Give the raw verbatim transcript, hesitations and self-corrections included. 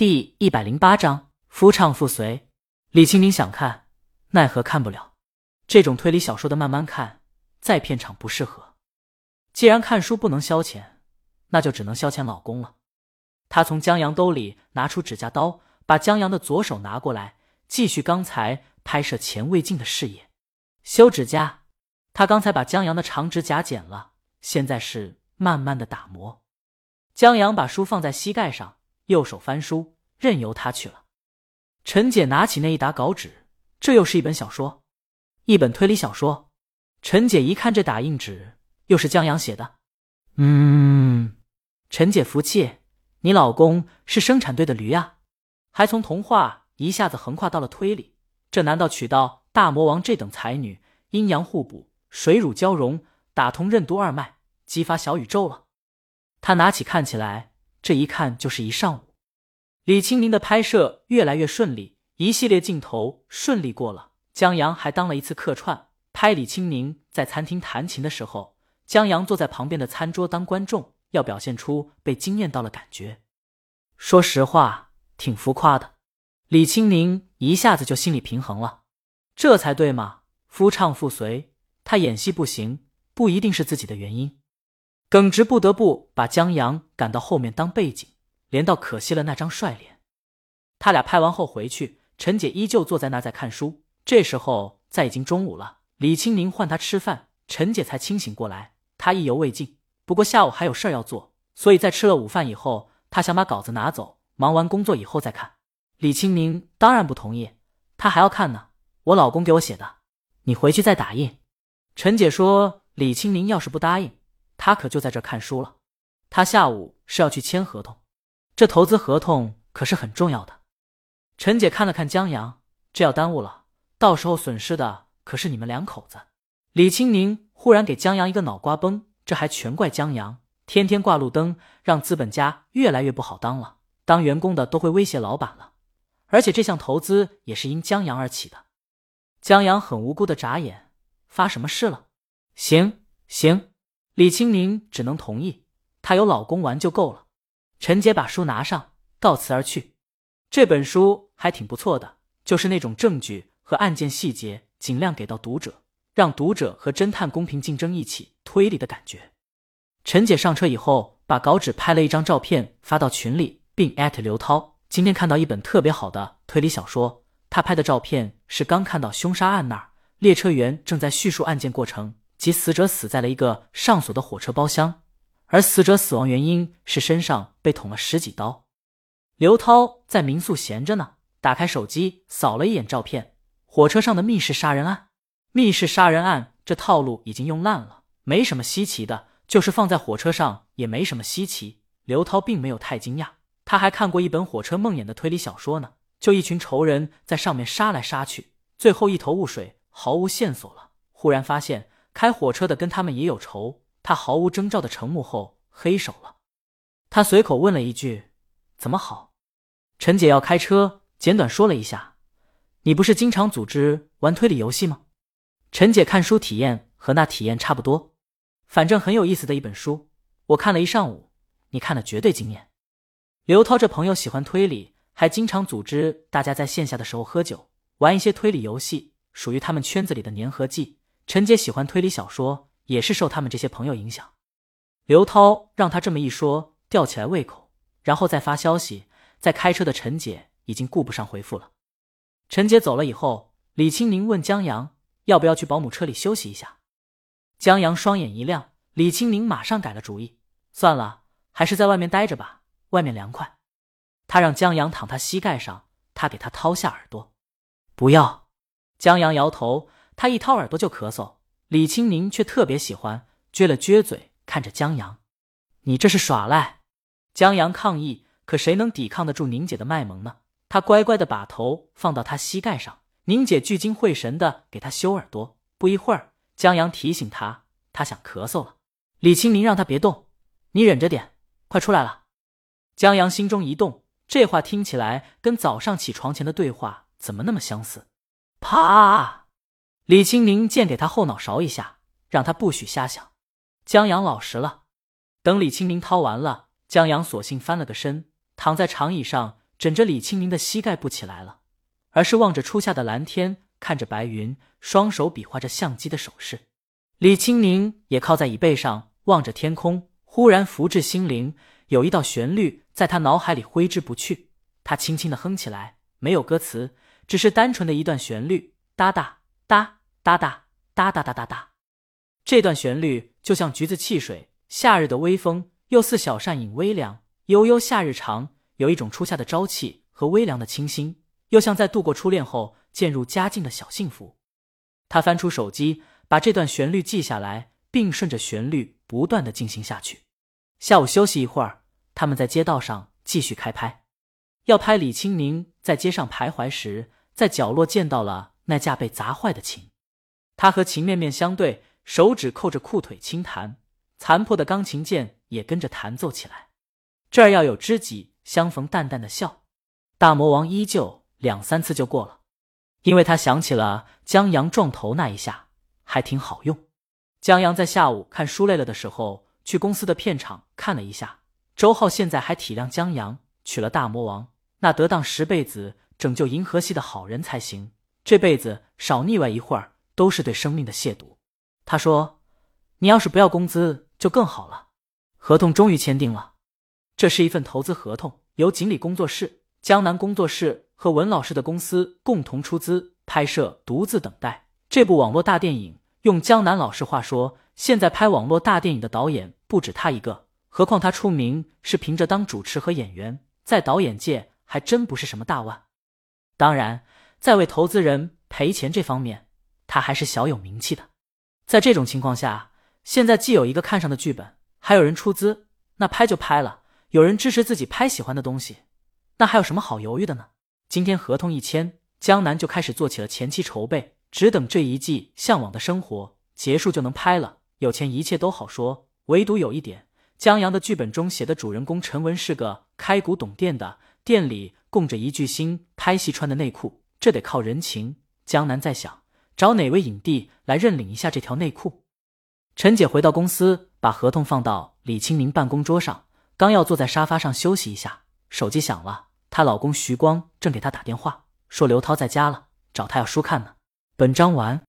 第一百零八章夫唱妇随。李青宁想看，奈何看不了。这种推理小说的慢慢看，在片场不适合。既然看书不能消遣，那就只能消遣老公了。他从江阳兜里拿出指甲刀，把江阳的左手拿过来，继续刚才拍摄前未尽的事业。修指甲，他刚才把江阳的长指甲剪了，现在是慢慢的打磨。江阳把书放在膝盖上，右手翻书，任由他去了。陈姐拿起那一沓稿纸，这又是一本小说，一本推理小说。陈姐一看这打印纸，又是江阳写的。嗯，陈姐服气，你老公是生产队的驴啊，还从童话一下子横跨到了推理，这难道娶到大魔王这等才女，阴阳互补，水乳交融，打通任督二脉，激发小宇宙了？他拿起看起来，这一看就是一上午。李青宁的拍摄越来越顺利，一系列镜头顺利过了。江阳还当了一次客串，拍李青宁在餐厅弹琴的时候，江阳坐在旁边的餐桌当观众，要表现出被惊艳到了感觉。说实话，挺浮夸的。李青宁一下子就心理平衡了，这才对嘛，夫唱妇随。他演戏不行，不一定是自己的原因。耿直不得不把江阳赶到后面当背景，连到可惜了那张帅脸。他俩拍完后回去，陈姐依旧坐在那在看书。这时候在已经中午了，李青宁唤她吃饭，陈姐才清醒过来。她意犹未尽，不过下午还有事要做，所以在吃了午饭以后，她想把稿子拿走，忙完工作以后再看。李青宁当然不同意，她还要看呢，我老公给我写的，你回去再打印。陈姐说李青宁要是不答应，她可就在这看书了。她下午是要去签合同，这投资合同可是很重要的。陈姐看了看江阳，这要耽误了，到时候损失的可是你们两口子。李青宁忽然给江阳一个脑瓜崩，这还全怪江阳，天天挂路灯，让资本家越来越不好当了，当员工的都会威胁老板了。而且这项投资也是因江阳而起的。江阳很无辜的眨眼，发什么誓了？行行，李青宁只能同意，她有老公玩就够了。陈姐把书拿上，告辞而去。这本书还挺不错的，就是那种证据和案件细节尽量给到读者，让读者和侦探公平竞争一起推理的感觉。陈姐上车以后，把稿纸拍了一张照片发到群里，并艾特刘涛。今天看到一本特别好的推理小说，他拍的照片是刚看到凶杀案那儿，列车员正在叙述案件过程，即死者死在了一个上锁的火车包厢，而死者死亡原因是身上被捅了十几刀。刘涛在民宿闲着呢，打开手机扫了一眼照片，火车上的密室杀人案。密室杀人案这套路已经用烂了，没什么稀奇的，就是放在火车上也没什么稀奇。刘涛并没有太惊讶，他还看过一本火车梦魇的推理小说呢，就一群仇人在上面杀来杀去，最后一头雾水，毫无线索了。忽然发现开火车的跟他们也有仇，他毫无征兆的成幕后黑手了。他随口问了一句，怎么好？陈姐要开车，简短说了一下，你不是经常组织玩推理游戏吗？陈姐看书体验和那体验差不多，反正很有意思的一本书，我看了一上午，你看的绝对惊艳。刘涛这朋友喜欢推理，还经常组织大家在线下的时候喝酒，玩一些推理游戏，属于他们圈子里的粘合剂。陈姐喜欢推理小说，也是受他们这些朋友影响。刘涛让他这么一说，吊起来胃口，然后再发消息，在开车的陈姐已经顾不上回复了。陈姐走了以后，李青宁问江阳要不要去保姆车里休息一下。江阳双眼一亮，李青宁马上改了主意，算了，还是在外面待着吧，外面凉快。他让江阳躺他膝盖上，他给他掏下耳朵。不要。江阳摇头，他一掏耳朵就咳嗽，李青宁却特别喜欢，撅了撅嘴看着江阳，你这是耍赖。江阳抗议，可谁能抵抗得住宁姐的卖萌呢？他乖乖地把头放到他膝盖上，宁姐聚精会神地给他修耳朵。不一会儿，江阳提醒他，他想咳嗽了。李青宁让他别动，你忍着点，快出来了。江阳心中一动，这话听起来跟早上起床前的对话怎么那么相似？啪！李青宁见给他后脑勺一下，让他不许瞎想。江阳老实了。等李青宁掏完了，江阳索性翻了个身，躺在长椅上枕着李清明的膝盖不起来了，而是望着初夏的蓝天，看着白云，双手比划着相机的手势。李清明也靠在椅背上，望着天空，忽然福至心灵，有一道旋律在他脑海里挥之不去。他轻轻地哼起来，没有歌词，只是单纯的一段旋律，哒哒哒哒哒哒哒哒哒哒。这段旋律就像橘子汽水，夏日的微风，又似小扇饮微凉。悠悠夏日长，有一种初夏的朝气和微凉的清新，又像在度过初恋后渐入佳境的小幸福。他翻出手机，把这段旋律记下来，并顺着旋律不断地进行下去。下午休息一会儿，他们在街道上继续开拍。要拍李清明在街上徘徊时，在角落见到了那架被砸坏的琴。他和琴面面相对，手指扣着裤腿轻弹，残破的钢琴键也跟着弹奏起来。这儿要有知己相逢淡淡的笑。大魔王依旧两三次就过了，因为他想起了江阳撞头那一下，还挺好用。江阳在下午看书累了的时候，去公司的片场看了一下。周浩现在还体谅江阳，娶了大魔王，那得当十辈子拯救银河系的好人才行，这辈子少腻歪一会儿都是对生命的亵渎。他说，你要是不要工资就更好了。合同终于签订了，这是一份投资合同，由锦鲤工作室、江南工作室和文老师的公司共同出资拍摄，独自等待这部网络大电影。用江南老师话说，现在拍网络大电影的导演不止他一个，何况他出名是凭着当主持和演员，在导演界还真不是什么大腕。当然，在为投资人赔钱这方面，他还是小有名气的。在这种情况下，现在既有一个看上的剧本，还有人出资，那拍就拍了。有人支持自己拍喜欢的东西，那还有什么好犹豫的呢？今天合同一签，江南就开始做起了前期筹备，只等这一季向往的生活结束就能拍了。有钱一切都好说，唯独有一点，江阳的剧本中写的主人公陈文是个开古董店的，店里供着一巨星拍戏穿的内裤，这得靠人情。江南在想，找哪位影帝来认领一下这条内裤。陈姐回到公司，把合同放到李清明办公桌上，刚要坐在沙发上休息一下，手机响了，她老公徐光正给她打电话，说刘涛在家了，找她要书看呢。本章完。